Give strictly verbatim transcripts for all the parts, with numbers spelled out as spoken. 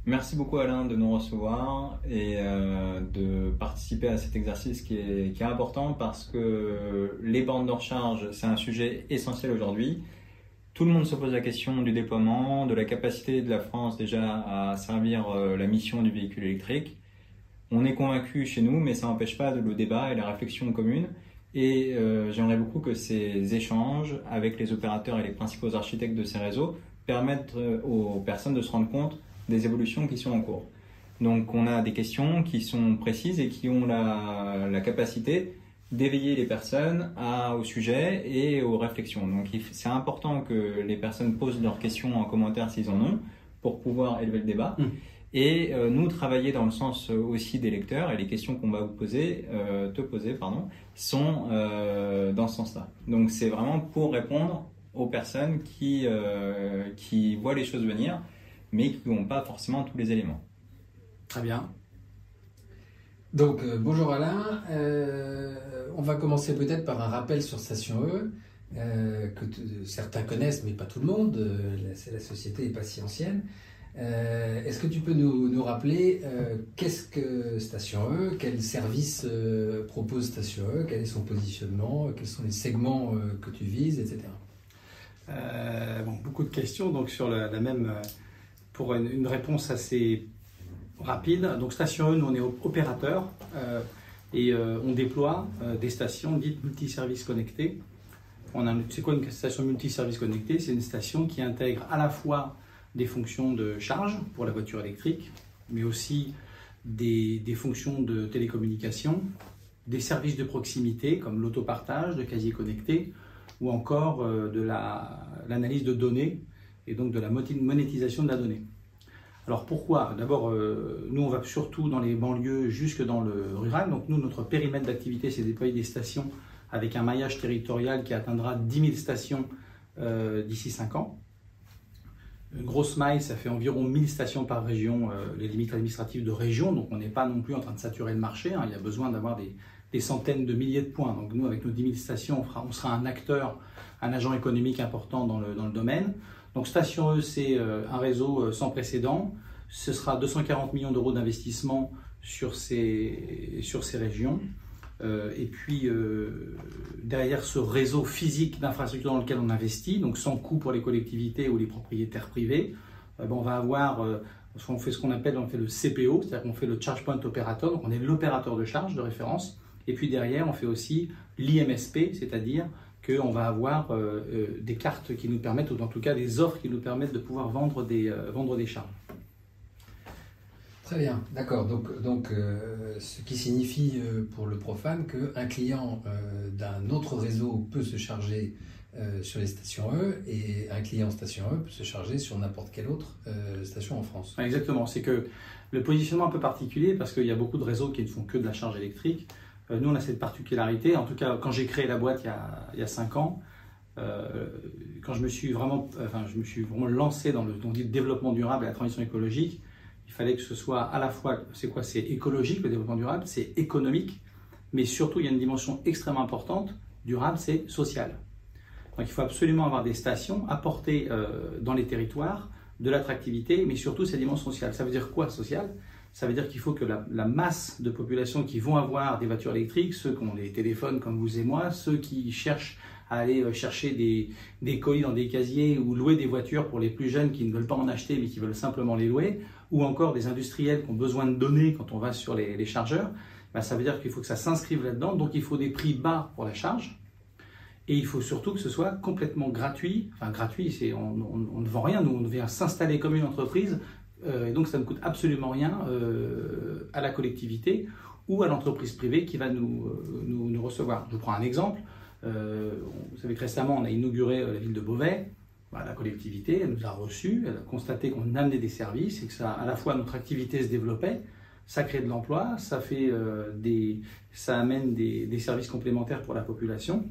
Merci beaucoup Alain de nous recevoir et euh, de participer à cet exercice qui est, qui est important parce que les bornes de recharge, c'est un sujet essentiel aujourd'hui. Tout le monde se pose la question du déploiement, de la capacité de la France déjà à servir euh, la mission du véhicule électrique. On est convaincu chez nous, mais ça n'empêche pas le débat et la réflexion commune. Et euh, j'aimerais beaucoup que ces échanges avec les opérateurs et les principaux architectes de ces réseaux permettent euh, aux personnes de se rendre compte des évolutions qui sont en cours. Donc on a des questions qui sont précises et qui ont la, la capacité d'éveiller les personnes à, au sujet et aux réflexions. Donc c'est important que les personnes posent leurs questions en commentaire s'ils en ont pour pouvoir élever le débat. Mmh. Et euh, nous travailler dans le sens aussi des lecteurs et les questions qu'on va vous poser, euh, te poser, pardon, sont euh, dans ce sens-là. Donc c'est vraiment pour répondre aux personnes qui, euh, qui voient les choses venir mais qui n'ont pas forcément tous les éléments. Très bien. Donc, euh, bonjour Alain. Euh, on va commencer peut-être par un rappel sur Station E, euh, que certains connaissent, mais pas tout le monde. Euh, la, la société n'est pas si ancienne. Euh, Est-ce que tu peux nous, nous rappeler euh, qu'est-ce que Station E, quels services euh, propose Station E, quel est son positionnement, quels sont les segments euh, que tu vises, et cetera. Euh, bon, beaucoup de questions, donc sur la, la même... Euh, pour une, une réponse assez rapide. Donc Station E, nous on est opérateur euh, et euh, on déploie euh, des stations dites multiservices connectées. C'est quoi une station multiservice connectée? C'est une station qui intègre à la fois des fonctions de charge pour la voiture électrique, mais aussi des, des fonctions de télécommunication, des services de proximité comme l'autopartage de casiers connectés ou encore euh, de l'analyse la, de données et donc de la monétisation de la donnée. Alors pourquoi? D'abord, euh, nous on va surtout dans les banlieues jusque dans le rural. Donc nous, notre périmètre d'activité, c'est de déployer des stations avec un maillage territorial qui atteindra dix mille stations euh, d'ici cinq ans. Une grosse maille, ça fait environ mille stations par région, euh, les limites administratives de région. Donc on n'est pas non plus en train de saturer le marché, hein. Il y a besoin d'avoir des, des centaines de milliers de points. Donc nous, avec nos dix mille stations, on, fera, on sera un acteur, un agent économique important dans le, dans le domaine. Donc Station E, c'est un réseau sans précédent. Ce sera deux cent quarante millions d'euros d'investissement sur ces, sur ces régions. Euh, et puis, euh, derrière ce réseau physique d'infrastructures dans lequel on investit, donc sans coût pour les collectivités ou les propriétaires privés, euh, ben on va avoir, euh, on fait ce qu'on appelle on fait le C P O, c'est-à-dire qu'on fait le Charge Point Operator, donc on est l'opérateur de charge de référence. Et puis derrière, on fait aussi l'I M S P, c'est-à-dire qu'on va avoir euh, euh, des cartes qui nous permettent, ou en tout cas des offres qui nous permettent de pouvoir vendre des, euh, vendre des charges. Très bien, d'accord. Donc, donc euh, ce qui signifie euh, pour le profane qu'un client euh, d'un autre réseau peut se charger euh, sur les stations E et un client station E peut se charger sur n'importe quelle autre euh, station en France. Exactement, c'est que le positionnement est un peu particulier parce qu'il y a beaucoup de réseaux qui ne font que de la charge électrique. Nous, on a cette particularité. En tout cas, quand j'ai créé la boîte il y a, il y a cinq ans, euh, quand je me suis vraiment, enfin, je me suis vraiment lancé dans le, dans le développement durable et la transition écologique, il fallait que ce soit à la fois, c'est quoi? C'est écologique, le développement durable, c'est économique, mais surtout, il y a une dimension extrêmement importante. Durable, c'est social. Donc, il faut absolument avoir des stations, apporter euh, dans les territoires de l'attractivité, mais surtout cette dimension sociale. Ça veut dire quoi, social? Ça veut dire qu'il faut que la, la masse de population qui vont avoir des voitures électriques, ceux qui ont des téléphones comme vous et moi, ceux qui cherchent à aller chercher des, des colis dans des casiers ou louer des voitures pour les plus jeunes qui ne veulent pas en acheter mais qui veulent simplement les louer, ou encore des industriels qui ont besoin de données quand on va sur les, les chargeurs, ben ça veut dire qu'il faut que ça s'inscrive là-dedans, donc il faut des prix bas pour la charge. Et il faut surtout que ce soit complètement gratuit. Enfin, gratuit, c'est on, on, on ne vend rien, nous on vient s'installer comme une entreprise. Euh, et donc ça ne coûte absolument rien euh, à la collectivité ou à l'entreprise privée qui va nous, euh, nous, nous recevoir. Je vous prends un exemple. Euh, vous savez que récemment on a inauguré la ville de Beauvais. Bah, la collectivité elle nous a reçus, elle a constaté qu'on amenait des services et que ça, à la fois notre activité se développait, ça crée de l'emploi, ça, fait, euh, des, ça amène des, des services complémentaires pour la population.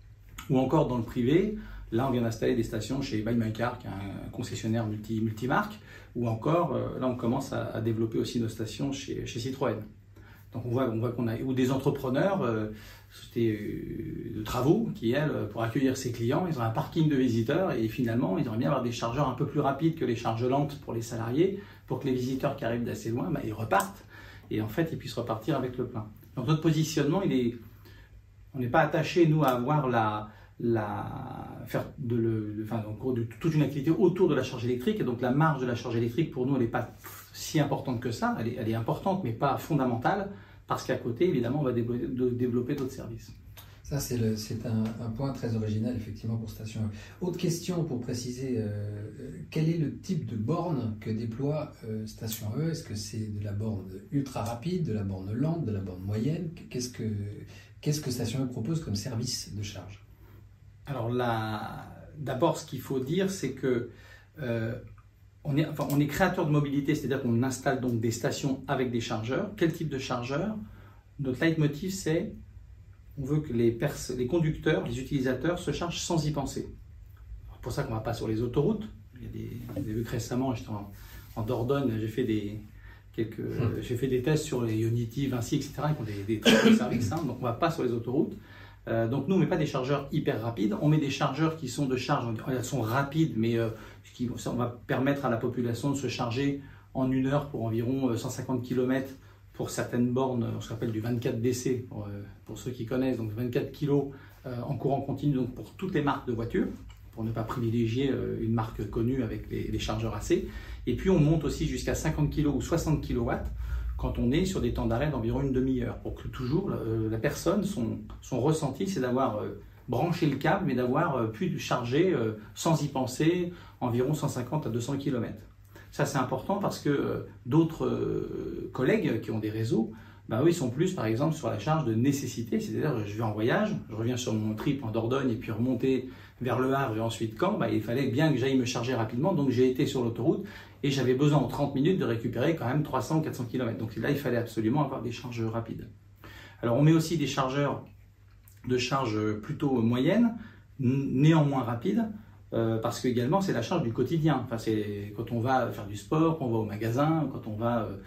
Ou encore dans le privé, là on vient d'installer des stations chez Buy My Car, qui est un concessionnaire multi, multimarque. Ou encore, euh, là on commence à, à développer aussi nos stations chez, chez Citroën. Donc on voit, on voit qu'on a, ou des entrepreneurs, euh, sociétés euh, de travaux, qui elles, pour accueillir ses clients, ils ont un parking de visiteurs et finalement ils aimeraient bien avoir des chargeurs un peu plus rapides que les charges lentes pour les salariés, pour que les visiteurs qui arrivent d'assez loin, bah, ils repartent et en fait ils puissent repartir avec le plein. Donc notre positionnement, il est, on n'est pas attaché nous à avoir la, la faire de, le, de, enfin, en gros, de toute une activité autour de la charge électrique, et donc la marge de la charge électrique pour nous elle n'est pas si importante que ça, elle est, elle est importante mais pas fondamentale, parce qu'à côté évidemment on va développer, développer d'autres services. Ça, c'est un, un point très original, effectivement, pour Station E. Autre question pour préciser, euh, quel est le type de borne que déploie euh, Station E? Est-ce que c'est de la borne ultra rapide, de la borne lente, de la borne moyenne? Qu'est-ce que, qu'est-ce que Station E propose comme service de charge? Alors, d'abord, ce qu'il faut dire, c'est que euh, on, est, enfin, on est créateur de mobilité, c'est-à-dire qu'on installe donc des stations avec des chargeurs. Quel type de chargeur? Notre leitmotiv, c'est on veut que les, les conducteurs, les utilisateurs se chargent sans y penser. C'est pour ça qu'on ne va pas sur les autoroutes. Il y a des, vous avez vu que récemment, j'étais en, en Dordogne, j'ai fait, des, quelques, hum. j'ai fait des tests sur les Ionity, Vinci, et cetera, qui ont des, des très bons services, hein, donc on ne va pas sur les autoroutes. Euh, donc nous, on ne met pas des chargeurs hyper rapides, on met des chargeurs qui sont de charge, elles sont rapides, mais euh, qui, ça, on va permettre à la population de se charger en une heure pour environ cent cinquante kilomètres. Pour certaines bornes, on s'appelle du vingt-quatre D C, pour, euh, pour ceux qui connaissent, donc vingt-quatre kilos euh, en courant continu, donc pour toutes les marques de voitures, pour ne pas privilégier euh, une marque connue avec les, les chargeurs A C. Et puis on monte aussi jusqu'à cinquante kilos ou soixante kilowatts quand on est sur des temps d'arrêt d'environ une demi-heure, pour que toujours euh, la personne, son, son ressenti, c'est d'avoir euh, branché le câble, mais d'avoir euh, pu charger euh, sans y penser environ cent cinquante à deux cents kilomètres. Ça, c'est important parce que euh, d'autres euh, collègues qui ont des réseaux, bah, eux, ils sont plus, par exemple, sur la charge de nécessité. C'est-à-dire, je vais en voyage, je reviens sur mon trip en Dordogne et puis remonter vers Le Havre et ensuite Caen, bah, il fallait bien que j'aille me charger rapidement. Donc, j'ai été sur l'autoroute et j'avais besoin en trente minutes de récupérer quand même trois cents ou quatre cents kilomètres. Donc là, il fallait absolument avoir des charges rapides. Alors, on met aussi des chargeurs de charge plutôt moyenne, néanmoins rapides. Euh, parce que également c'est la charge du quotidien. Enfin, c'est quand on va faire du sport, quand on va au magasin, quand on va euh,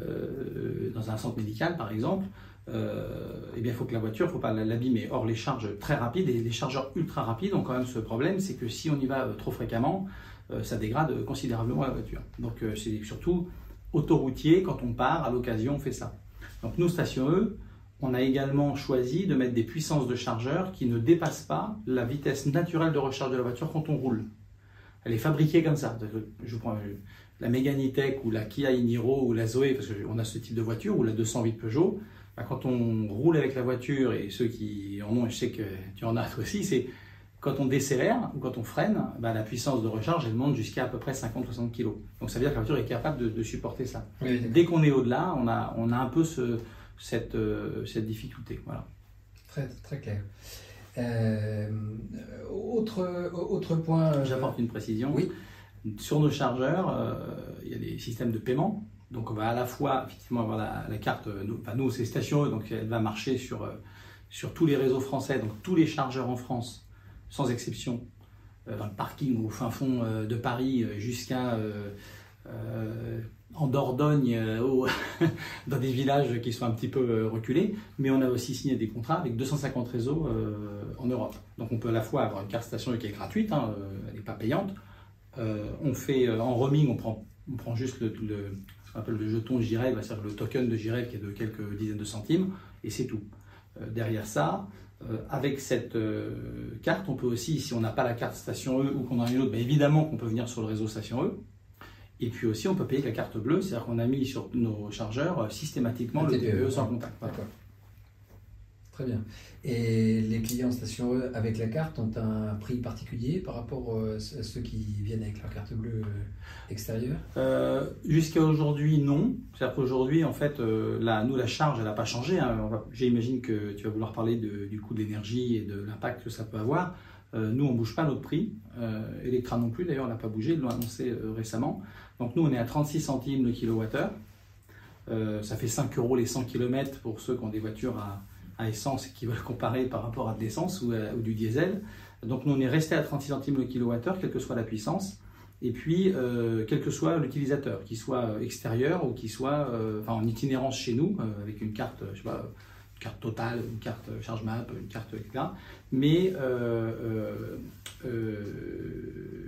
euh, dans un centre médical par exemple, euh, eh bien il faut que la voiture, il ne faut pas l'abîmer. Or les charges très rapides et les chargeurs ultra rapides ont quand même ce problème, c'est que si on y va trop fréquemment, euh, ça dégrade considérablement la voiture. Donc euh, c'est surtout autoroutier, quand on part, à l'occasion on fait ça. Donc nous, Station E, on a également choisi de mettre des puissances de chargeur qui ne dépassent pas la vitesse naturelle de recharge de la voiture quand on roule. Elle est fabriquée comme ça. Je prends la Mégane E-Tech ou la Kia e-Niro ou la Zoé, parce qu'on a ce type de voiture, ou la deux cent huit Peugeot. Quand on roule avec la voiture, et ceux qui en ont, je sais que tu en as toi aussi, c'est quand on décélère ou quand on freine, bah, la puissance de recharge elle monte jusqu'à à peu près cinquante à soixante kilos. Donc ça veut dire que la voiture est capable de, de supporter ça. Oui, dès qu'on est au-delà, on a, on a un peu ce... Cette, euh, cette difficulté. Voilà. Très, très clair. Euh, autre, autre point. Euh... J'apporte une précision. Oui. Sur nos chargeurs, euh, il y a des systèmes de paiement. Donc on va à la fois effectivement avoir la, la carte, nous, enfin nous c'est Station E, donc elle va marcher sur, euh, sur tous les réseaux français, donc tous les chargeurs en France, sans exception, euh, dans le parking au fin fond euh, de Paris jusqu'à. Euh, euh, en Dordogne, euh, dans des villages qui sont un petit peu euh, reculés, mais on a aussi signé des contrats avec deux cent cinquante réseaux euh, en Europe. Donc on peut à la fois avoir une carte Station qui est gratuite, hein, euh, elle n'est pas payante. Euh, on fait euh, en roaming, on prend, on prend juste le, le, ce qu'on appelle le jeton J-Rev, c'est-à-dire le token de J-Rev qui est de quelques dizaines de centimes, et c'est tout. Euh, derrière ça, euh, avec cette euh, carte, on peut aussi, si on n'a pas la carte Station E ou qu'on en a une autre, ben évidemment qu'on peut venir sur le réseau Station E. Et puis aussi, on peut payer avec la carte bleue, c'est-à-dire qu'on a mis sur nos chargeurs systématiquement le T P E sans contact. Voilà. D'accord. Très bien. Et les clients Station E avec la carte ont un prix particulier par rapport à ceux qui viennent avec leur carte bleue extérieure? euh, Jusqu'à aujourd'hui, non. C'est-à-dire qu'aujourd'hui, en fait, euh, la, nous, la charge, elle n'a pas changé. Hein. J'imagine que tu vas vouloir parler de, du coût de l'énergie et de l'impact que ça peut avoir. Euh, nous, on ne bouge pas notre prix. Euh, Electra non plus, d'ailleurs, on n'a pas bougé, ils l'ont annoncé euh, récemment. Donc nous, on est à trente-six centimes le kilowattheure. Euh, ça fait cinq euros les cent kilomètres pour ceux qui ont des voitures à, à essence et qui veulent comparer par rapport à de l'essence ou, ou du diesel. Donc nous, on est resté à trente-six centimes le kilowattheure, quelle que soit la puissance. Et puis, euh, quel que soit l'utilisateur, qu'il soit extérieur ou qu'il soit euh, enfin, en itinérance chez nous, euh, avec une carte, je sais pas, une carte Total, une carte ChargeMap, une carte, et cetera. Mais euh, euh, euh,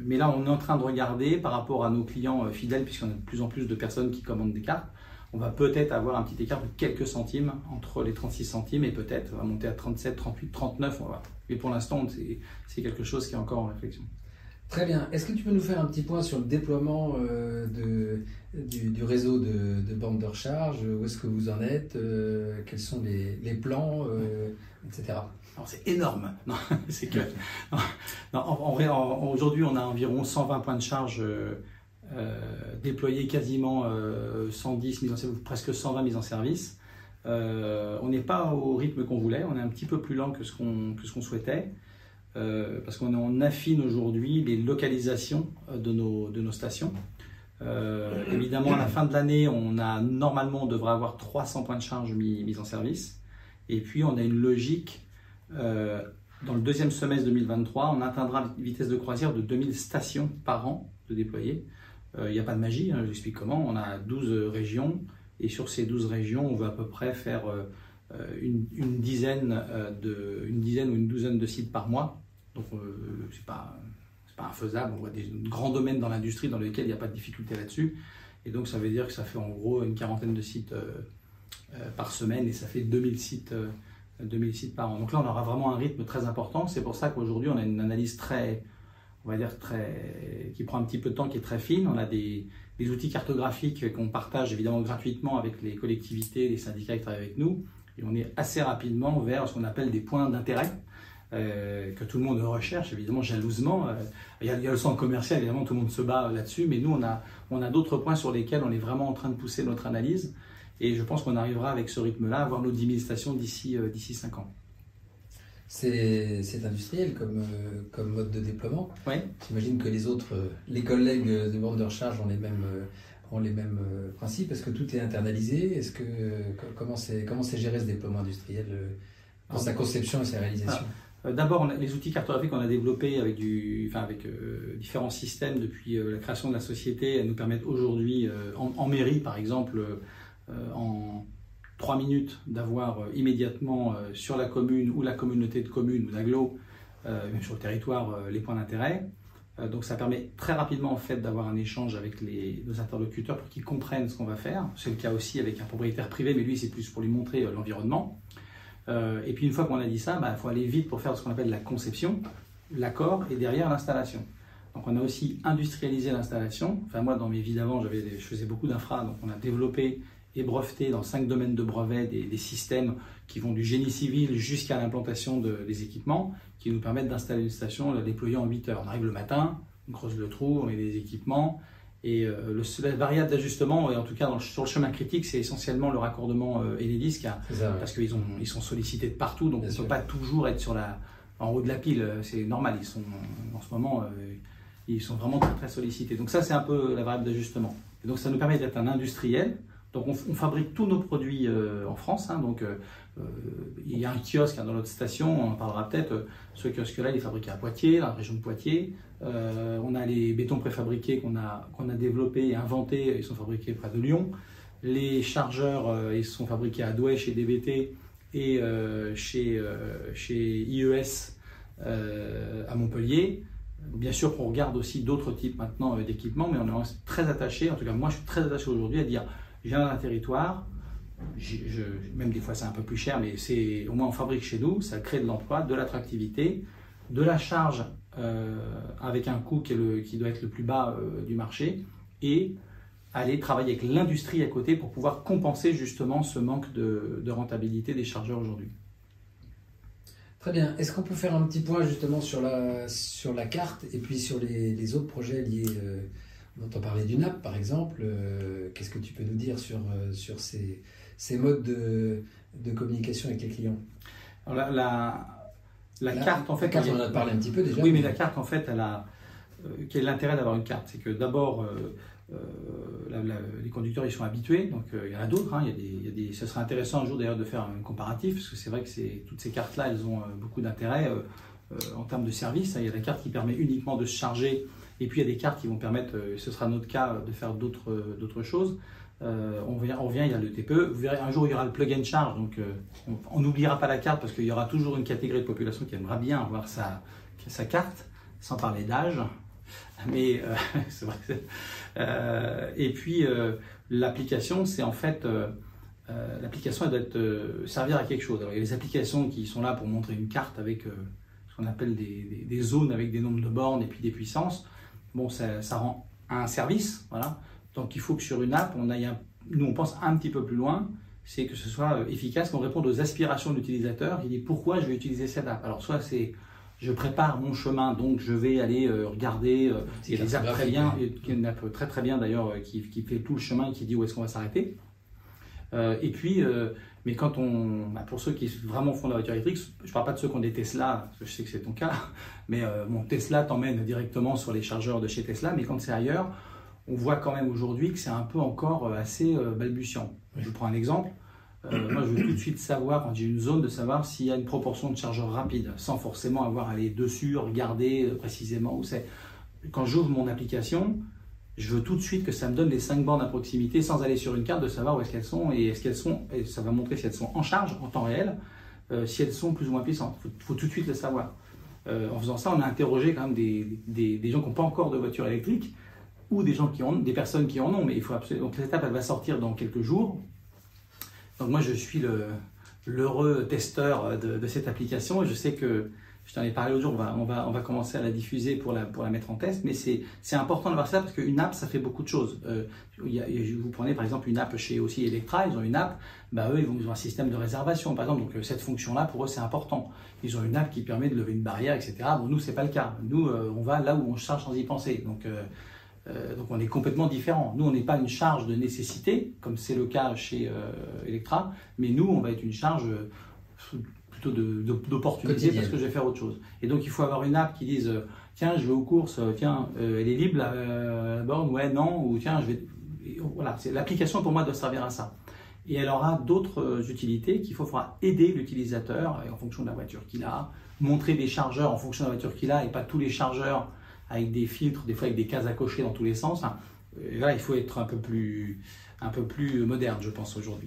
mais là, on est en train de regarder par rapport à nos clients fidèles, puisqu'on a de plus en plus de personnes qui commandent des cartes. On va peut-être avoir un petit écart de quelques centimes entre les trente-six centimes et peut-être on va monter à trente-sept, trente-huit, trente-neuf. On va. Mais pour l'instant, c'est quelque chose qui est encore en réflexion. Très bien. Est-ce que tu peux nous faire un petit point sur le déploiement euh, de, du, du réseau de, de bornes de recharge? Où est-ce que vous en êtes? euh, Quels sont les, les plans, euh, et cetera. Alors c'est énorme. Non, c'est que non, non, en, en, en, aujourd'hui, on a environ cent vingt points de charge euh, euh, déployés, quasiment euh, cent dix mises en service, presque cent vingt mises en service. Euh, on n'est pas au rythme qu'on voulait. On est un petit peu plus lent que ce qu'on que ce qu'on souhaitait. Euh, parce qu'on on affine aujourd'hui les localisations de nos, de nos stations. Euh, évidemment, à la fin de l'année, on a normalement on devrait avoir trois cents points de charge mis, mis en service. Et puis, on a une logique, euh, dans le deuxième semestre deux mille vingt-trois, on atteindra une vitesse de croisière de deux mille stations par an de déployer. Il euh, n'y a pas de magie, hein, je vous explique comment. On a douze régions, et sur ces douze régions, on va à peu près faire euh, une, une, dizaine, euh, de, une dizaine ou une douzaine de sites par mois. Donc, euh, ce n'est pas, pas infaisable. On voit des grands domaines dans l'industrie dans lesquels il n'y a pas de difficulté là-dessus. Et donc, ça veut dire que ça fait en gros une quarantaine de sites euh, euh, par semaine et ça fait deux mille sites, euh, deux mille sites par an. Donc là, on aura vraiment un rythme très important. C'est pour ça qu'aujourd'hui, on a une analyse très, on va dire, très, qui prend un petit peu de temps, qui est très fine. On a des, des outils cartographiques qu'on partage évidemment gratuitement avec les collectivités, les syndicats qui travaillent avec nous. Et on est assez rapidement vers ce qu'on appelle des points d'intérêt. Euh, que tout le monde recherche, évidemment, jalousement. Euh, il, y a, il y a le centre commercial, évidemment, tout le monde se bat là-dessus, mais nous, on a, on a d'autres points sur lesquels on est vraiment en train de pousser notre analyse, et je pense qu'on arrivera avec ce rythme-là à avoir nos dix mille stations d'ici euh, d'ici cinq ans. C'est industriel comme, euh, comme mode de déploiement. Oui. J'imagine que les autres, euh, les collègues de bornes de recharge ont les mêmes, euh, ont les mêmes euh, principes. Est-ce que tout est internalisé? Est-ce que, euh, comment c'est comment c'est géré ce déploiement industriel euh, dans sa conception et sa réalisation? Ah. D'abord, les outils cartographiques qu'on a développés avec, du, enfin avec euh, différents systèmes depuis euh, la création de la société, elles nous permettent aujourd'hui, euh, en, en mairie par exemple, euh, en trois minutes, d'avoir euh, immédiatement euh, sur la commune ou la communauté de communes ou d'agglo, euh, même sur le territoire, euh, les points d'intérêt. Euh, donc ça permet très rapidement en fait d'avoir un échange avec les, nos interlocuteurs pour qu'ils comprennent ce qu'on va faire. C'est le cas aussi avec un propriétaire privé, mais lui c'est plus pour lui montrer euh, l'environnement. Euh, et puis une fois qu'on a dit ça, bah, il faut aller vite pour faire ce qu'on appelle la conception, l'accord et derrière l'installation. Donc on a aussi industrialisé l'installation. Enfin moi dans mes vies d'avant, je faisais beaucoup d'infra, donc on a développé et breveté dans cinq domaines de brevets des, des systèmes qui vont du génie civil jusqu'à l'implantation de, des équipements qui nous permettent d'installer une station, la déployer en huit heures. On arrive le matin, on creuse le trou, on met des équipements. Et euh, le, la variable d'ajustement, en tout cas dans le, sur le chemin critique, c'est essentiellement le raccordement euh, Enedis, ça, ouais. Parce qu'ils ils sont sollicités de partout, donc Bien on ne peut pas toujours être sur la, en haut de la pile, c'est normal, ils sont en ce moment, euh, ils sont vraiment très, très sollicités. Donc ça c'est un peu la variable d'ajustement. Et donc ça nous permet d'être un industriel, donc on, on fabrique tous nos produits euh, en France, hein, donc euh, il y a un kiosque hein, dans notre station, on en parlera peut-être, ce kiosque-là il est fabriqué à Poitiers, dans la région de Poitiers. Euh, on a les bétons préfabriqués qu'on a, qu'on a développés et inventés, ils sont fabriqués près de Lyon. Les chargeurs, euh, ils sont fabriqués à Douai chez D B T et euh, chez, euh, chez I E S euh, à Montpellier. Bien sûr qu'on regarde aussi d'autres types maintenant euh, d'équipements, mais on est très attaché, en tout cas moi je suis très attaché aujourd'hui à dire, je viens d'un territoire, je, je, même des fois c'est un peu plus cher, mais c'est au moins on fabrique chez nous, ça crée de l'emploi, de l'attractivité, de la charge euh, avec un coût qui, est le, qui doit être le plus bas euh, du marché, et aller travailler avec l'industrie à côté pour pouvoir compenser justement ce manque de, de rentabilité des chargeurs aujourd'hui. Très bien. Est-ce qu'on peut faire un petit point justement sur la, sur la carte et puis sur les, les autres projets liés, euh, dont on parlait du N A P par exemple. euh, Qu'est-ce que tu peux nous dire sur, euh, sur ces, ces modes de, de communication avec les clients? Alors la, la, la, la carte en fait... La carte, on en a parlé un petit peu déjà. Oui, mais la carte en fait, elle a... Euh, quel est l'intérêt d'avoir une carte? C'est que d'abord... Euh, Euh, la, la, les conducteurs ils sont habitués, donc euh, il y en a d'autres, hein, il y a des, il y a des, ce serait intéressant un jour d'ailleurs de faire un comparatif, parce que c'est vrai que toutes ces cartes là elles ont euh, beaucoup d'intérêt euh, euh, en termes de service. Il y a la carte qui permet uniquement de se charger, et puis il y a des cartes qui vont permettre, euh, ce sera notre cas, de faire d'autres euh, d'autres choses. Euh, on, vient, on vient, il y a le T P E, vous verrez un jour il y aura le plug and charge, donc euh, on n'oubliera pas la carte, parce qu'il y aura toujours une catégorie de population qui aimera bien avoir sa, sa carte, sans parler d'âge. Mais euh, c'est vrai. Euh, et puis euh, l'application, c'est en fait euh, euh, l'application, elle doit être, euh, servir à quelque chose. Alors, il y a des applications qui sont là pour montrer une carte avec euh, ce qu'on appelle des, des, des zones avec des nombres de bornes et puis des puissances. Bon, ça, ça rend un service, voilà. Donc il faut que sur une app, on aille un, nous on pense un petit peu plus loin, c'est que ce soit efficace, qu'on réponde aux aspirations de l'utilisateur. Il dit pourquoi je vais utiliser cette app. Alors soit c'est je prépare mon chemin, donc je vais aller euh, regarder. Euh, il y a des apps très bien, il y a une app très très bien d'ailleurs euh, qui, qui fait tout le chemin, qui dit où est-ce qu'on va s'arrêter. Euh, et puis, euh, mais quand on, bah pour ceux qui vraiment font de la voiture électrique, je ne parle pas de ceux qui ont des Tesla, parce que je sais que c'est ton cas, mais euh, mon Tesla t'emmène directement sur les chargeurs de chez Tesla, mais quand c'est ailleurs, on voit quand même aujourd'hui que c'est un peu encore assez euh, balbutiant. Oui. Je vous prends un exemple. Euh, moi, je veux tout de suite savoir, quand j'ai une zone, de savoir s'il y a une proportion de chargeurs rapides, sans forcément avoir à aller dessus, regarder euh, précisément où c'est. Quand j'ouvre mon application, je veux tout de suite que ça me donne les cinq bornes à proximité, sans aller sur une carte, de savoir où est-ce qu'elles sont, et est-ce qu'elles sont, et ça va montrer si elles sont en charge, en temps réel, euh, si elles sont plus ou moins puissantes. Il faut, faut tout de suite le savoir. Euh, en faisant ça, on a interrogé quand même des, des, des gens qui n'ont pas encore de voiture électrique, ou des gens qui en ont, des personnes qui en ont, mais il faut absolument. Donc cette étape, elle va sortir dans quelques jours. Donc moi, je suis le, l'heureux testeur de, de cette application, et je sais que, je t'en ai parlé l'autre jour, on va, on, va, on va commencer à la diffuser pour la, pour la mettre en test, mais c'est, c'est important de voir ça parce qu'une app, ça fait beaucoup de choses. Euh, il y a, vous prenez par exemple une app chez aussi Electra, ils ont une app, bah eux, ils, vont, ils ont un système de réservation par exemple, donc cette fonction-là, pour eux, c'est important. Ils ont une app qui permet de lever une barrière, et cetera. Bon, nous, c'est pas le cas. Nous, euh, on va là où on charge sans y penser. Donc, euh, euh, donc on est complètement différents. Nous, on n'est pas une charge de nécessité, comme c'est le cas chez euh, Electra, mais nous, on va être une charge euh, plutôt de, de, d'opportunité parce que je vais faire autre chose. Et donc, il faut avoir une app qui dise euh, tiens, je vais aux courses, euh, tiens, euh, elle est libre la, euh, la borne, ouais, non, ou tiens, je vais. Et voilà, c'est, l'application pour moi doit servir à ça. Et elle aura d'autres euh, utilités qu'il faut, faudra aider l'utilisateur en fonction de la voiture qu'il a, montrer des chargeurs en fonction de la voiture qu'il a et pas tous les chargeurs avec des filtres, des fois avec des cases à cocher dans tous les sens. Et là, il faut être un peu plus, un peu plus moderne, je pense, aujourd'hui.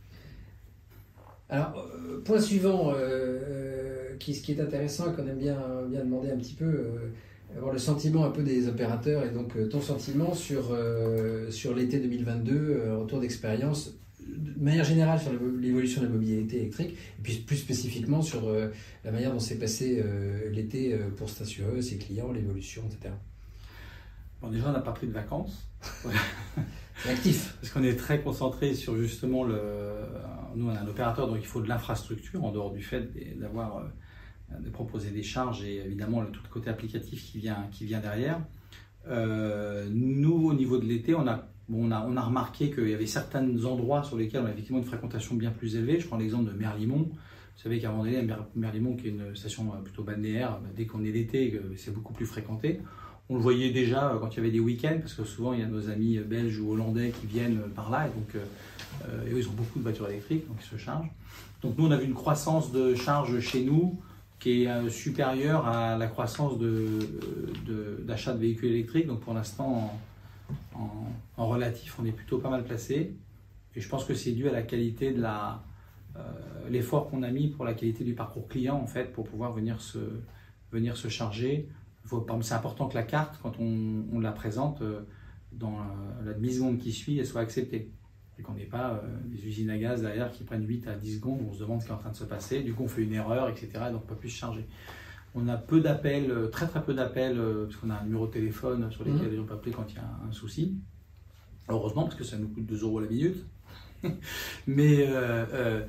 Alors, euh, point suivant, euh, euh, qui, ce qui est intéressant et qu'on aime bien, bien demander un petit peu, euh, avoir le sentiment un peu des opérateurs, et donc euh, ton sentiment sur, euh, sur l'été deux mille vingt-deux, euh, retour d'expérience, de manière générale sur l'évolution de la mobilité électrique, et puis plus spécifiquement sur euh, la manière dont s'est passé euh, l'été euh, pour Stacio, ses clients, l'évolution, et cetera. Bon, déjà, on n'a pas pris de vacances. C'est actif. Parce qu'on est très concentré sur justement le. Nous, on a un opérateur, donc il faut de l'infrastructure en dehors du fait d'avoir, de proposer des charges et évidemment le tout le côté applicatif qui vient, qui vient derrière. Euh, nous, au niveau de l'été, on a, bon, on a, on a remarqué qu'il y avait certains endroits sur lesquels on a effectivement une fréquentation bien plus élevée. Je prends l'exemple de Merlimont. Vous savez qu'à un moment donné, Merlimont, qui est une station plutôt balnéaire, dès qu'on est l'été, c'est beaucoup plus fréquenté. On le voyait déjà quand il y avait des week-ends, parce que souvent il y a nos amis belges ou hollandais qui viennent par là, et donc euh, et eux, ils ont beaucoup de voitures électriques, donc ils se chargent. Donc nous, on a vu une croissance de charge chez nous qui est euh, supérieure à la croissance de, de, d'achat de véhicules électriques. Donc pour l'instant, en, en, en relatif, on est plutôt pas mal placé. Et je pense que c'est dû à la qualité de la, euh, l'effort qu'on a mis pour la qualité du parcours client, en fait, pour pouvoir venir se, venir se charger. C'est important que la carte, quand on, on la présente, dans la, la demi-seconde qui suit, elle soit acceptée. Et qu'on n'ait pas euh, des usines à gaz derrière qui prennent huit à dix secondes, on se demande ce qui est en train de se passer, du coup on fait une erreur, et cetera. Et donc on ne peut plus se charger. On a peu d'appels, très très peu d'appels, euh, parce qu'on a un numéro de téléphone sur lequel mmh. les gens peuvent appeler quand il y a un, un souci. Heureusement, parce que ça nous coûte deux euros la minute. Mais euh, euh,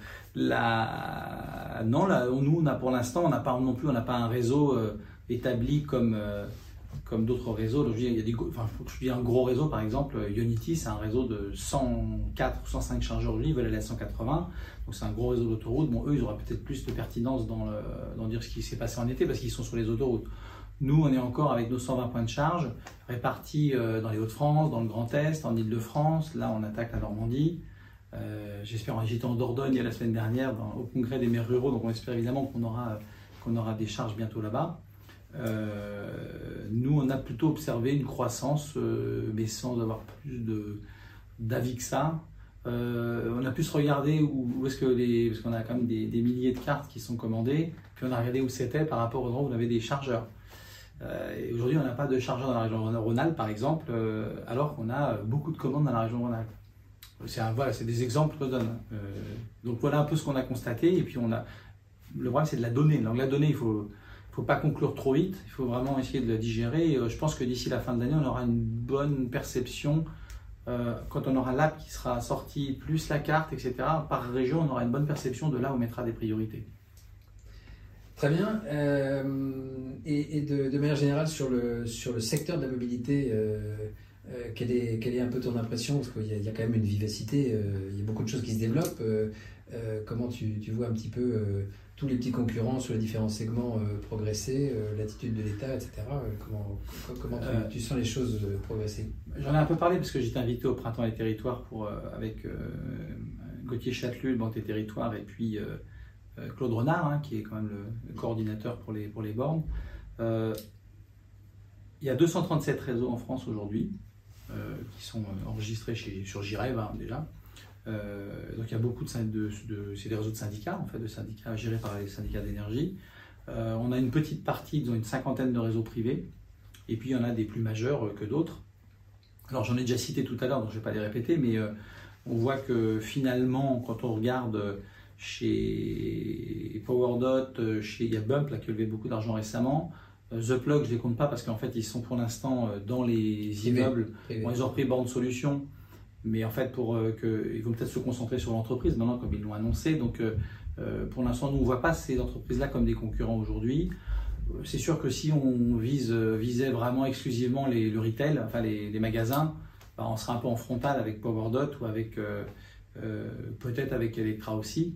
la... non, là, nous, on a, pour l'instant, on n'a pas non plus, on n'a pas un réseau euh, établi comme, euh, comme d'autres réseaux. Donc, je dis, il y a des, enfin, je dis un gros réseau, par exemple, Ionity, c'est un réseau de cent quatre ou cent cinq chargeurs aujourd'hui, ils veulent aller à cent quatre-vingts. Donc, c'est un gros réseau d'autoroutes. Bon, eux, ils auraient peut-être plus de pertinence dans, le, dans dire ce qui s'est passé en été parce qu'ils sont sur les autoroutes. Nous, on est encore avec nos cent vingt points de charge répartis euh, dans les Hauts-de-France, dans le Grand Est, en Île-de-France. Là, on attaque la Normandie. Euh, j'espère, j'étais en Dordogne la semaine dernière dans, au congrès des maires ruraux, donc on espère évidemment qu'on aura, qu'on aura des charges bientôt là-bas. Euh, nous, on a plutôt observé une croissance, euh, mais sans avoir plus de, d'avis que ça. Euh, on a pu se regarder où, où est-ce que les, parce qu'on a quand même des, des milliers de cartes qui sont commandées, puis on a regardé où c'était par rapport aux endroits où on avait des chargeurs. Euh, et aujourd'hui, on n'a pas de chargeur dans la région Rhône-Alpes, par exemple, euh, alors qu'on a beaucoup de commandes dans la région Rhône-Alpes. C'est un, voilà, c'est des exemples que je donne. Euh, donc voilà un peu ce qu'on a constaté. Et puis on a, le problème, c'est de la donnée. Donc la donnée, il faut, faut pas conclure trop vite. Il faut vraiment essayer de la digérer. Et, euh, je pense que d'ici la fin de l'année, on aura une bonne perception. Euh, quand on aura l'app qui sera sortie, plus la carte, et cetera, par région, on aura une bonne perception de là où on mettra des priorités. Très bien. Euh, et et de, de manière générale, sur le, sur le secteur de la mobilité, euh, euh, quelle, est, quelle est un peu ton impression? Parce qu'il y, a, il y a quand même une vivacité, euh, il y a beaucoup de choses qui se développent. Euh, euh, comment tu, tu vois un petit peu euh, tous les petits concurrents sur les différents segments euh, progresser, euh, l'attitude de l'État, et cetera. Euh, comment comment tu, Euh, tu sens les choses euh, progresser? J'en ai un peu parlé parce que j'étais invité au Printemps des Territoires pour, euh, avec euh, Gauthier Châtelus, le Banque des Territoires, et puis euh, euh, Claude Renard, hein, qui est quand même le, le coordinateur pour les, pour les bornes. Euh, il y a deux cent trente-sept réseaux en France aujourd'hui euh, qui sont enregistrés chez, sur J-Rev hein, déjà. Euh, donc il y a beaucoup de, de, de c'est des réseaux de syndicats, en fait, de syndicats gérés par les syndicats d'énergie. Euh, on a une petite partie, ils ont une cinquantaine de réseaux privés, et puis il y en a des plus majeurs que d'autres. Alors j'en ai déjà cité tout à l'heure, donc je ne vais pas les répéter, mais euh, on voit que finalement, quand on regarde chez PowerDot, chez il y a Bump là, qui a levé beaucoup d'argent récemment, euh, The Plug, je ne les compte pas parce qu'en fait ils sont pour l'instant dans les Privé. immeubles. Privé. Bon, ils ont repris Borne Solutions, mais en fait pour euh, que, ils vont peut-être se concentrer sur l'entreprise maintenant comme ils l'ont annoncé. Donc euh, euh, pour l'instant, nous on ne voit pas ces entreprises-là comme des concurrents aujourd'hui. C'est sûr que si on vise, visait vraiment exclusivement les, le retail, enfin les, les magasins, bah on serait un peu en frontal avec PowerDot ou avec euh, euh, peut-être avec Electra aussi.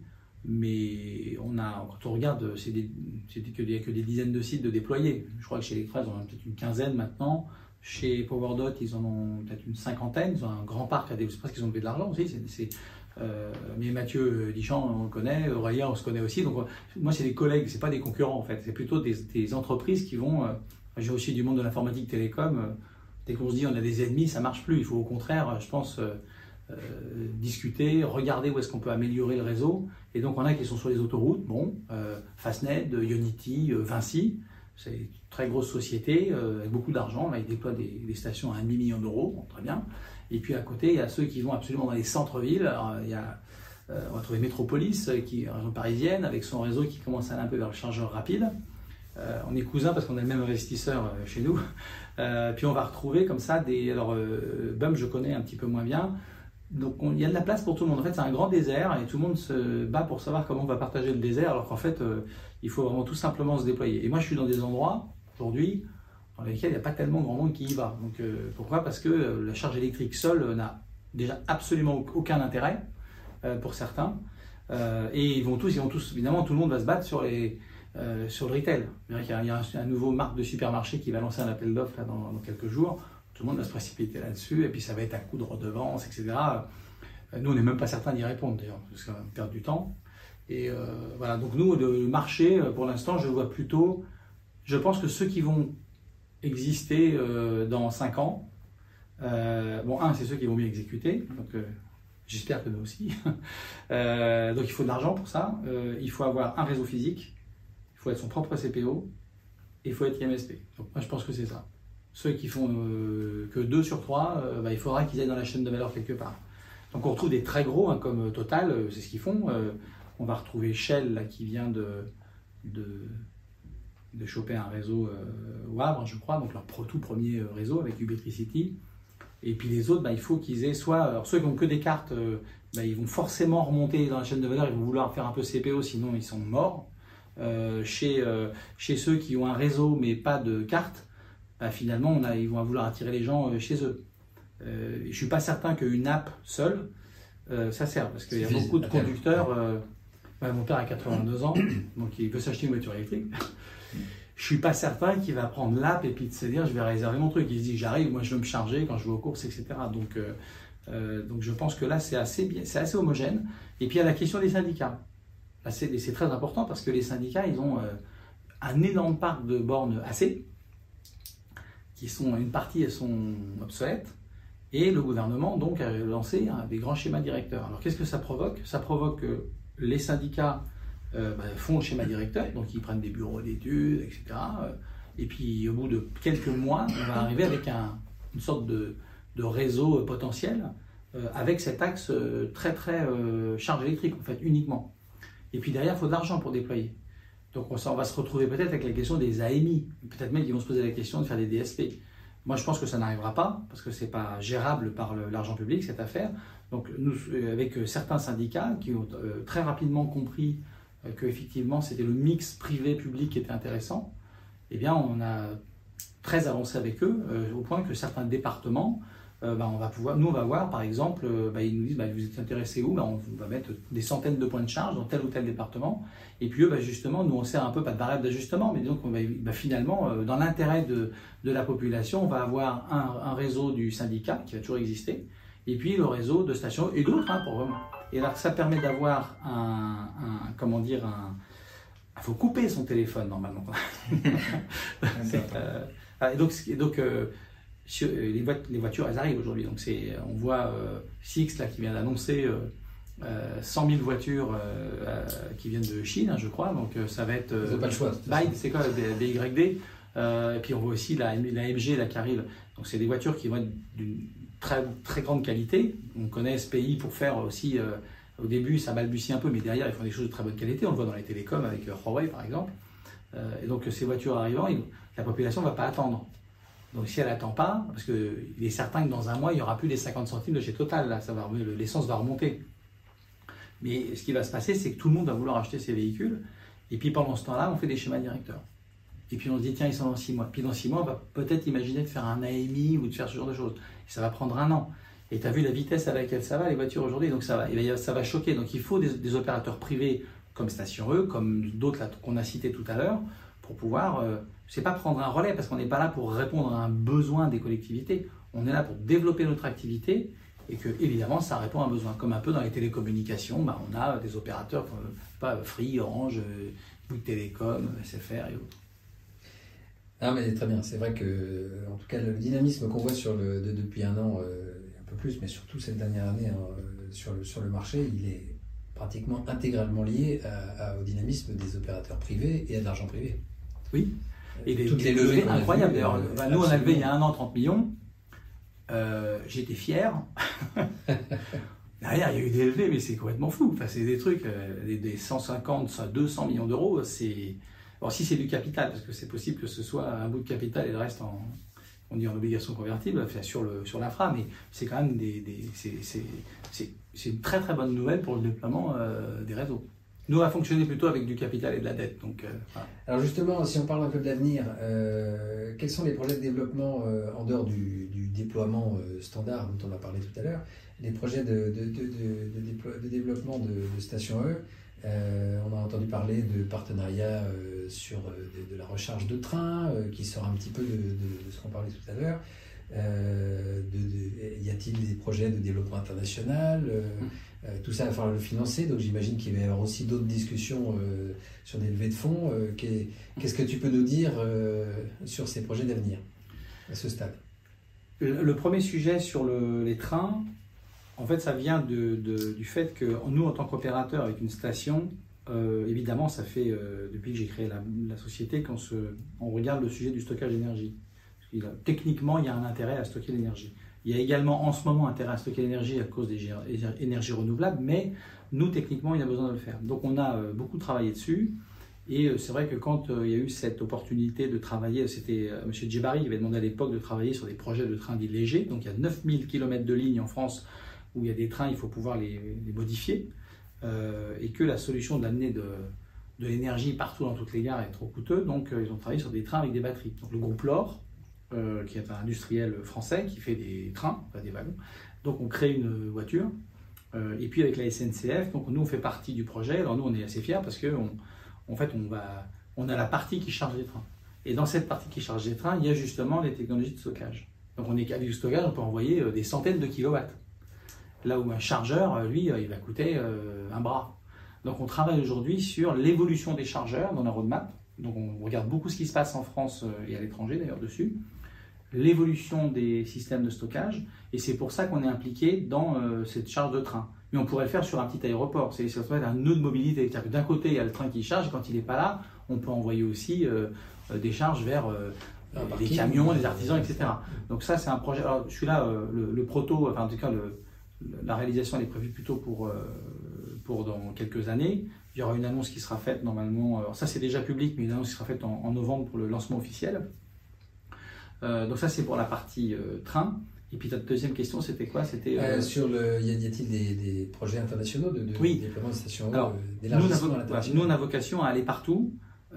Mais on a, quand on regarde, c'est que des, que des dizaines de sites de déployés. Je crois que chez Electra, ils en ont peut-être une quinzaine maintenant. Chez PowerDot, ils en ont peut-être une cinquantaine. Ils ont un grand parc à des parce qu'ils ont levé de l'argent aussi. C'est, c'est, Euh, mais Mathieu Dichand, on le connaît, Aurélien, on se connaît aussi. Donc, moi, c'est des collègues, c'est pas des concurrents en fait. C'est plutôt des, des entreprises qui vont. Euh, j'ai aussi du monde de l'informatique télécom. Euh, dès qu'on se dit on a des ennemis, ça marche plus. Il faut au contraire, je pense, euh, euh, discuter, regarder où est-ce qu'on peut améliorer le réseau. Et donc, on a qui sont sur les autoroutes. Bon, euh, Fastned, Ionity, euh, Vinci. C'est une très grosse société euh, avec beaucoup d'argent. Là, ils déploient des, des stations à un demi-million d'euros. Bon, très bien. Et puis à côté, il y a ceux qui vont absolument dans les centres-villes. Alors, il y a, euh, on va trouver Métropolis, qui est une région parisienne, avec son réseau qui commence à aller un peu vers le chargeur rapide. Euh, on est cousins parce qu'on a le même investisseur euh, chez nous. Euh, puis on va retrouver comme ça des. Alors, euh, Bump, je connais un petit peu moins bien. Donc on, il y a de la place pour tout le monde. En fait, c'est un grand désert et tout le monde se bat pour savoir comment on va partager le désert, alors qu'en fait, euh, il faut vraiment tout simplement se déployer. Et moi, je suis dans des endroits aujourd'hui dans lesquels il n'y a pas tellement grand monde qui y va. Donc, euh, pourquoi? Parce que euh, la charge électrique seule euh, n'a déjà absolument aucun intérêt euh, pour certains. Euh, et ils vont tous, ils vont tous, évidemment, tout le monde va se battre sur, les, euh, sur le retail. Il y a, il y a un, un nouveau marque de supermarché qui va lancer un appel d'offres dans, dans quelques jours. Tout le monde va se précipiter là-dessus, et puis ça va être à coup de redevance, et cetera. Euh, nous, on n'est même pas certain d'y répondre, d'ailleurs, parce qu'on va perdre du temps. Et euh, voilà, donc nous, le marché, pour l'instant, je vois plutôt, je pense que ceux qui vont exister euh, dans cinq ans. Euh, bon, un, c'est ceux qui vont bien exécuter, donc euh, j'espère que nous aussi. euh, donc il faut de l'argent pour ça, euh, il faut avoir un réseau physique, il faut être son propre C P O, et il faut être I M S P. Donc moi je pense que c'est ça. Ceux qui font euh, que deux sur trois, euh, bah, il faudra qu'ils aillent dans la chaîne de valeur quelque part. Donc on retrouve des très gros, hein, comme Total, euh, c'est ce qu'ils font. Euh, on va retrouver Shell là, qui vient de... de de choper un réseau euh, au Havre, je crois, donc leur pro, tout premier réseau avec Ubitricity. Et puis les autres, bah, il faut qu'ils aient soit... Alors ceux qui n'ont que des cartes, euh, bah, ils vont forcément remonter dans la chaîne de valeur, ils vont vouloir faire un peu C P O, sinon ils sont morts. Euh, chez, euh, chez ceux qui ont un réseau mais pas de carte, bah, finalement, on a, ils vont vouloir attirer les gens euh, chez eux. Euh, je ne suis pas certain qu'une app seule, euh, ça sert, parce qu'il y a beaucoup de conducteurs... Euh, bah, mon père a quatre-vingt-deux ans, donc il veut s'acheter une voiture électrique. Je ne suis pas certain qu'il va prendre l'app et puis de se dire je vais réserver mon truc. Il se dit j'arrive, moi je veux me charger quand je vais aux courses, et cetera. Donc, euh, euh, donc je pense que là c'est assez, bien, c'est assez homogène. Et puis il y a la question des syndicats. Là, c'est, c'est très important parce que les syndicats ils ont euh, un énorme parc de bornes A C, qui sont, une partie elles sont obsolètes. Et le gouvernement donc a lancé hein, des grands schémas directeurs. Alors qu'est-ce que ça provoque? Ça provoque que les syndicats Euh, bah, font le schéma directeur, donc ils prennent des bureaux d'études, et cetera. Euh, Et puis au bout de quelques mois, on va arriver avec un, une sorte de, de réseau potentiel euh, avec cet axe euh, très très euh, charge électrique en fait uniquement. Et puis derrière, il faut de l'argent pour déployer. Donc on, on va se retrouver peut-être avec la question des A M I. Peut-être même qu'ils vont se poser la question de faire des D S P. Moi, je pense que ça n'arrivera pas, parce que ce n'est pas gérable par le, l'argent public, cette affaire. Donc, nous, avec certains syndicats qui ont euh, très rapidement compris euh, qu'effectivement, c'était le mix privé-public qui était intéressant, eh bien, on a très avancé avec eux, euh, au point que certains départements, euh, bah, on va pouvoir, nous, on va voir, par exemple, euh, bah, ils nous disent, bah, vous êtes intéressés où? Bah, on va mettre des centaines de points de charge dans tel ou tel département. Et puis eux, bah, justement, nous, on sert un peu, pas de variable d'ajustement, mais donc, on va, bah, finalement, euh, dans l'intérêt de, de la population, on va avoir un, un réseau du syndicat qui va toujours exister, et puis le réseau de stations, et d'autres, hein, pour vraiment. Et alors, ça permet d'avoir un, un, comment dire, un... Il faut couper son téléphone, normalement. euh, et donc, et donc euh, sur, les, voitures, les voitures, elles arrivent aujourd'hui. Donc, c'est, on voit euh, Sixt, là, qui vient d'annoncer euh, euh, cent mille voitures euh, euh, qui viennent de Chine, hein, je crois. Donc, euh, ça va être... Euh, Ils n'ont pas le choix. Byte, c'est quoi, B Y D. Euh, et puis, on voit aussi la, la M G, là, qui arrive. Donc, c'est des voitures qui vont être d'une très, très grande qualité. On connaît ce pays pour faire aussi... Euh, au début, ça balbutie un peu, mais derrière, ils font des choses de très bonne qualité. On le voit dans les télécoms avec euh, Huawei, par exemple. Euh, et donc, ces voitures arrivant, il, la population ne va pas attendre. Donc, si elle n'attend pas, parce qu'il est certain que dans un mois, il n'y aura plus les cinquante centimes de chez Total. Là, ça va, l'essence va remonter. Mais ce qui va se passer, c'est que tout le monde va vouloir acheter ces véhicules. Et puis, pendant ce temps-là, on fait des schémas directeurs. Et puis, on se dit, tiens, ils sont dans six mois. Puis, dans six mois, on va peut-être imaginer de faire un A M I ou de faire ce genre de choses. Et ça va prendre un an. Et tu as vu la vitesse à laquelle ça va, les voitures aujourd'hui, donc ça va, ça va choquer. Donc il faut des, des opérateurs privés comme Station E, comme d'autres qu'on a cités tout à l'heure, pour pouvoir, euh, c'est pas prendre un relais, parce qu'on n'est pas là pour répondre à un besoin des collectivités. On est là pour développer notre activité et que, évidemment, ça répond à un besoin. Comme un peu dans les télécommunications, bah, on a des opérateurs comme pas, Free, Orange, Bouygues Télécom, S F R et autres. Ah, mais très bien, c'est vrai que, en tout cas, le dynamisme qu'on voit sur le, de, depuis un an, euh, un peu plus, mais surtout cette dernière année hein, sur, le, sur le marché, il est pratiquement intégralement lié à, à, au dynamisme des opérateurs privés et à de l'argent privé. Oui, et des, toutes des les levées incroyables. D'ailleurs, euh, bah, nous, on a levé il y a un an trente millions. Euh, J'étais fier. Derrière, il y a eu des levées, mais c'est complètement fou. Enfin, c'est des trucs, euh, des, des cent cinquante, deux cents millions d'euros. C'est... Alors, si c'est du capital, parce que c'est possible que ce soit un bout de capital et le reste en, on dit en obligation convertible, enfin, sur, le, sur l'infra, mais c'est quand même des, des, c'est, c'est, c'est, c'est une très très bonne nouvelle pour le déploiement euh, des réseaux. Nous, on a fonctionné plutôt avec du capital et de la dette. Donc, euh, voilà. Alors justement, si on parle un peu de l'avenir, euh, quels sont les projets de développement euh, en dehors du, du déploiement euh, standard dont on a parlé tout à l'heure, les projets de, de, de, de, de, déplo- de développement de, de Station E? Euh, on a entendu parler de partenariats euh, sur euh, de, de la recharge de train, euh, qui sort un petit peu de, de, de ce qu'on parlait tout à l'heure. Euh, de, de, y a-t-il des projets de développement international? euh, euh, Tout ça va falloir le financer, donc j'imagine qu'il va y avoir aussi d'autres discussions euh, sur des levées de fonds. Euh, qu'est, qu'est-ce que tu peux nous dire euh, sur ces projets d'avenir à ce stade? Le, le premier sujet sur le, les trains, en fait, ça vient de, de, du fait que nous, en tant qu'opérateur avec une station, euh, évidemment, ça fait euh, depuis que j'ai créé la, la société qu'on se, on regarde le sujet du stockage d'énergie. Parce que, techniquement, il y a un intérêt à stocker l'énergie. Il y a également en ce moment intérêt à stocker l'énergie à cause des énergies renouvelables, mais nous, techniquement, il y a besoin de le faire. Donc, on a euh, beaucoup travaillé dessus. Et euh, c'est vrai que quand euh, il y a eu cette opportunité de travailler, c'était euh, M. Djebari qui avait demandé à l'époque de travailler sur des projets de trains dits légers. Donc, il y a neuf mille kilomètres de lignes en France où il y a des trains, il faut pouvoir les, les modifier, euh, et que la solution d'amener de, de l'énergie partout dans toutes les gares est trop coûteux, donc euh, ils ont travaillé sur des trains avec des batteries. Donc le groupe L'Or, euh, qui est un industriel français qui fait des trains, pas des wagons, donc on crée une voiture, euh, et puis avec la S N C F, donc nous on fait partie du projet. Alors nous on est assez fiers parce que on, en fait on, va, on a la partie qui charge les trains, et dans cette partie qui charge les trains, il y a justement les technologies de stockage. Donc on est qu'avec du stockage, on peut envoyer des centaines de kilowatts. Là où un chargeur, lui, il va coûter un bras. Donc on travaille aujourd'hui sur l'évolution des chargeurs dans la roadmap. Donc on regarde beaucoup ce qui se passe en France et à l'étranger d'ailleurs dessus. L'évolution des systèmes de stockage. Et c'est pour ça qu'on est impliqué dans euh, cette charge de train. Mais on pourrait le faire sur un petit aéroport. C'est, c'est un nœud de mobilité. C'est-à-dire que d'un côté, il y a le train qui charge. Et quand il n'est pas là, on peut envoyer aussi euh, des charges vers euh, parking, les camions, les artisans, et cetera. Donc ça, c'est un projet. Alors, celui-là, euh, le, le proto, enfin en tout cas, le, la réalisation elle est prévue plutôt pour, euh, pour dans quelques années. Il y aura une annonce qui sera faite normalement. Alors ça, c'est déjà public, mais une annonce qui sera faite en, en novembre pour le lancement officiel. Euh, donc ça, c'est pour la partie euh, train. Et puis ta deuxième question, c'était quoi? C'était euh, euh, sur le. Y a-t-il des, des projets internationaux de, de oui. déploiement de stations Alors, d'élargissement à l'international? Nous, on a vocation à aller partout.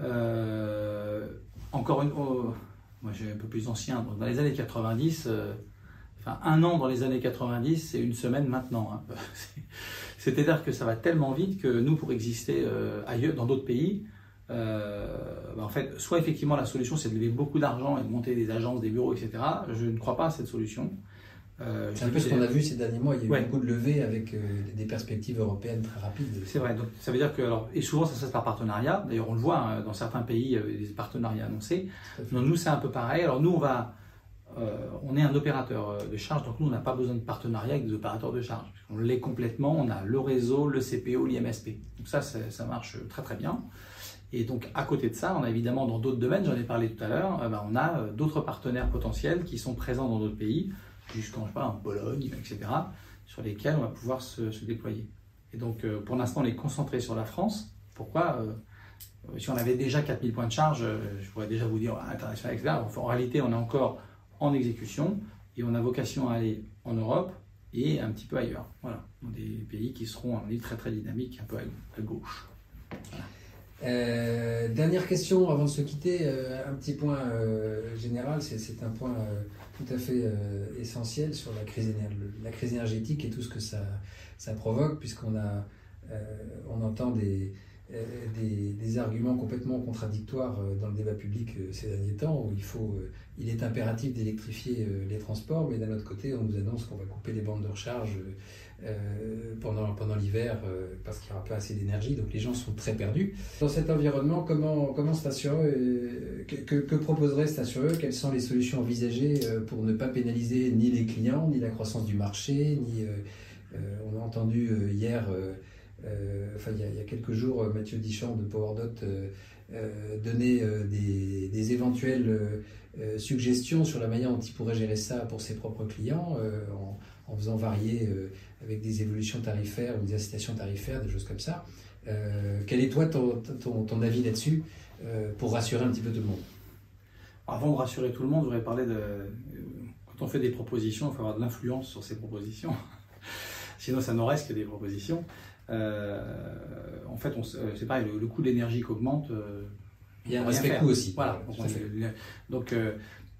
Euh, encore une fois, moi, j'ai un peu plus ancien. Donc dans les années quatre-vingt-dix, euh, enfin un an dans les années quatre-vingt-dix, c'est une semaine maintenant. Hein. C'est-à-dire que ça va tellement vite que nous, pour exister euh, ailleurs, dans d'autres pays. Euh, bah en fait, soit effectivement la solution c'est de lever beaucoup d'argent et de monter des agences, des bureaux, et cetera. Je ne crois pas à cette solution. Euh, c'est un peu ce qu'on a vu ces derniers mois, il y a eu ouais. beaucoup de levées avec euh, des perspectives européennes très rapides. C'est vrai, donc ça veut dire que, alors, et souvent ça se passe par partenariat, d'ailleurs on le voit hein, dans certains pays, euh, des partenariats annoncés. Donc nous c'est un peu pareil, alors nous on va, euh, on est un opérateur de charge, donc nous on n'a pas besoin de partenariat avec des opérateurs de charge. On l'est complètement, on a le réseau, le C P O, l'I M S P. Donc ça, ça marche très très bien. Et donc, à côté de ça, on a évidemment dans d'autres domaines, j'en ai parlé tout à l'heure, euh, ben, on a euh, d'autres partenaires potentiels qui sont présents dans d'autres pays, jusqu'en, je sais pas, en Pologne, et cetera, sur lesquels on va pouvoir se, se déployer. Et donc, euh, pour l'instant, on est concentré sur la France. Pourquoi euh, Si on avait déjà quatre mille points de charge, euh, je pourrais déjà vous dire ah, international, et cetera. Enfin, en réalité, on est encore en exécution et on a vocation à aller en Europe et un petit peu ailleurs. Voilà, dans des pays qui seront en très très dynamiques, un peu à, à gauche. Voilà. Euh, dernière question avant de se quitter, euh, un petit point euh, général, c'est, c'est un point euh, tout à fait euh, essentiel sur la crise, éner- la crise énergétique et tout ce que ça, ça provoque, puisqu'on a, euh, on entend des, euh, des, des arguments complètement contradictoires euh, dans le débat public euh, ces derniers temps, où il, faut, euh, il est impératif d'électrifier euh, les transports, mais d'un autre côté, on nous annonce qu'on va couper les bandes de recharge euh, Euh, pendant, pendant l'hiver euh, parce qu'il n'y aura pas assez d'énergie, donc les gens sont très perdus. Dans cet environnement, comment, comment Station E, que, que, que proposerait Station E? Quelles sont les solutions envisagées euh, pour ne pas pénaliser ni les clients, ni la croissance du marché, ni, euh, euh, on a entendu euh, hier, euh, euh, enfin il y, a, il y a quelques jours, Mathieu Dichand de PowerDot euh, euh, donner euh, des, des éventuelles euh, suggestions sur la manière dont il pourrait gérer ça pour ses propres clients, euh, en, en faisant varier euh, avec des évolutions tarifaires ou des incitations tarifaires, des choses comme ça. Euh, quel est toi ton, ton, ton avis là-dessus euh, pour rassurer un petit peu tout le monde? Avant de rassurer tout le monde, je voudrais parler de... Quand on fait des propositions, il faut avoir de l'influence sur ces propositions. Sinon, ça n'en reste que des propositions. Euh, en fait, on, c'est pareil, le, le coût de l'énergie qui augmente. Euh, il y a un aspect coût aussi. Voilà. Donc, on, donc euh,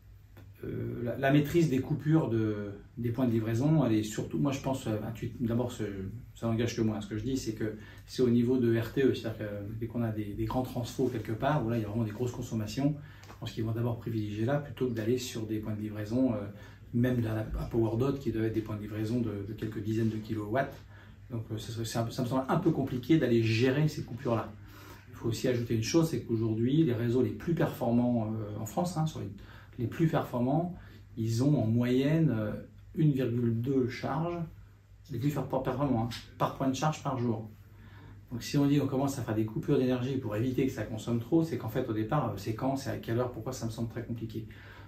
euh, la, la maîtrise des coupures de, des points de livraison, elle est surtout, moi je pense, d'abord, ça n'engage que moi. Hein, ce que je dis, c'est que c'est au niveau de R T E, c'est-à-dire que dès qu'on a des, des grands transfos quelque part, où là il y a vraiment des grosses consommations, je pense qu'ils vont d'abord privilégier là plutôt que d'aller sur des points de livraison, euh, même à PowerDot qui doivent être des points de livraison de, de quelques dizaines de kilowatts. Donc ça, ça, ça me semble un peu compliqué d'aller gérer ces coupures-là. Il faut aussi ajouter une chose, c'est qu'aujourd'hui, les réseaux les plus performants euh, en France, hein, sur les, les plus performants, ils ont en moyenne euh, une virgule deux charges, les plus performants, hein, par point de charge par jour. Donc si on dit qu'on commence à faire des coupures d'énergie pour éviter que ça consomme trop, c'est qu'en fait au départ, c'est quand, c'est à quelle heure, pourquoi ça me semble très compliqué.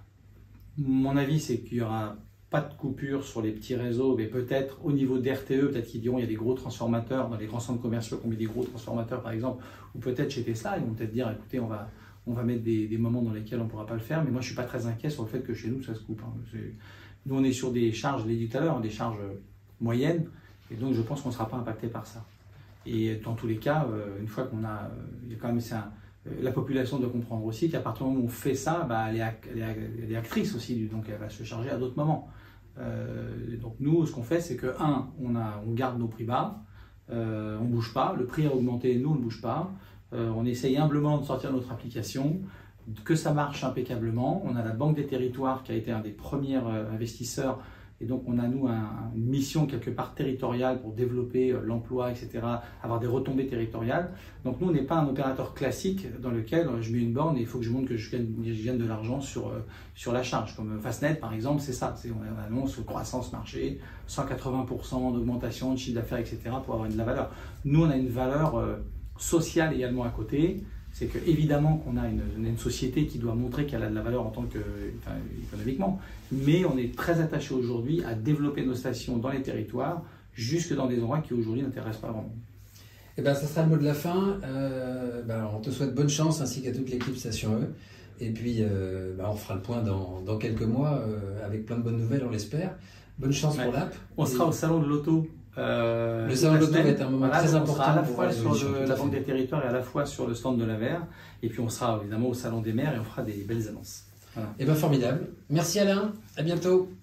Mon avis, c'est qu'il n'y aura pas de coupure sur les petits réseaux, mais peut-être au niveau d'R T E, peut-être qu'ils diront il y a des gros transformateurs dans les grands centres commerciaux qui ont mis des gros transformateurs par exemple, ou peut-être chez Tesla, ils vont peut-être dire écoutez, on va, on va mettre des, des moments dans lesquels on ne pourra pas le faire, mais moi je ne suis pas très inquiet sur le fait que chez nous ça se coupe. Hein. Nous on est sur des charges, je l'ai dit tout à l'heure, des charges moyennes, et donc je pense qu'on ne sera pas impacté par ça. Et dans tous les cas, une fois qu'on a, il y a quand même, c'est un, la population doit comprendre aussi qu'à partir du moment où on fait ça, bah, elle, est, elle, est, elle est actrice aussi, donc elle va se charger à d'autres moments. Euh, donc nous, ce qu'on fait, c'est que, un, on, a, on garde nos prix bas, euh, on ne bouge pas, le prix a augmenté, nous on ne bouge pas, euh, on essaye humblement de sortir notre application, que ça marche impeccablement. On a la Banque des Territoires qui a été un des premiers euh, investisseurs, et donc on a nous un, une mission quelque part territoriale pour développer euh, l'emploi, et cetera, avoir des retombées territoriales. Donc nous, on n'est pas un opérateur classique dans lequel euh, je mets une borne et il faut que je montre que je gagne, je gagne de l'argent sur, euh, sur la charge. Comme Fastnet par exemple, c'est ça, c'est, on annonce croissance marché, cent quatre-vingts pour cent d'augmentation de chiffre d'affaires, et cetera pour avoir de la valeur. Nous, on a une valeur euh, sociale également à côté, c'est que évidemment qu'on a une, une société qui doit montrer qu'elle a de la valeur en tant que, enfin, économiquement, mais on est très attaché aujourd'hui à développer nos stations dans les territoires, jusque dans des endroits qui aujourd'hui n'intéressent pas vraiment. Eh ben, ça sera le mot de la fin. Euh, ben, on te souhaite bonne chance ainsi qu'à toute l'équipe Station E. Et puis, euh, ben, on fera le point dans, dans quelques mois euh, avec plein de bonnes nouvelles, on l'espère. Bonne chance ouais. pour l'app. On et... sera au salon de l'auto. Euh, le salon de l'auto va être un moment voilà, très important. On sera à la fois sur le, la Banque des Territoires et à la fois sur le stand de la Ver. Et puis, on sera évidemment au salon des maires et on fera des belles annonces. Voilà. Eh ben, formidable. Merci Alain. À bientôt.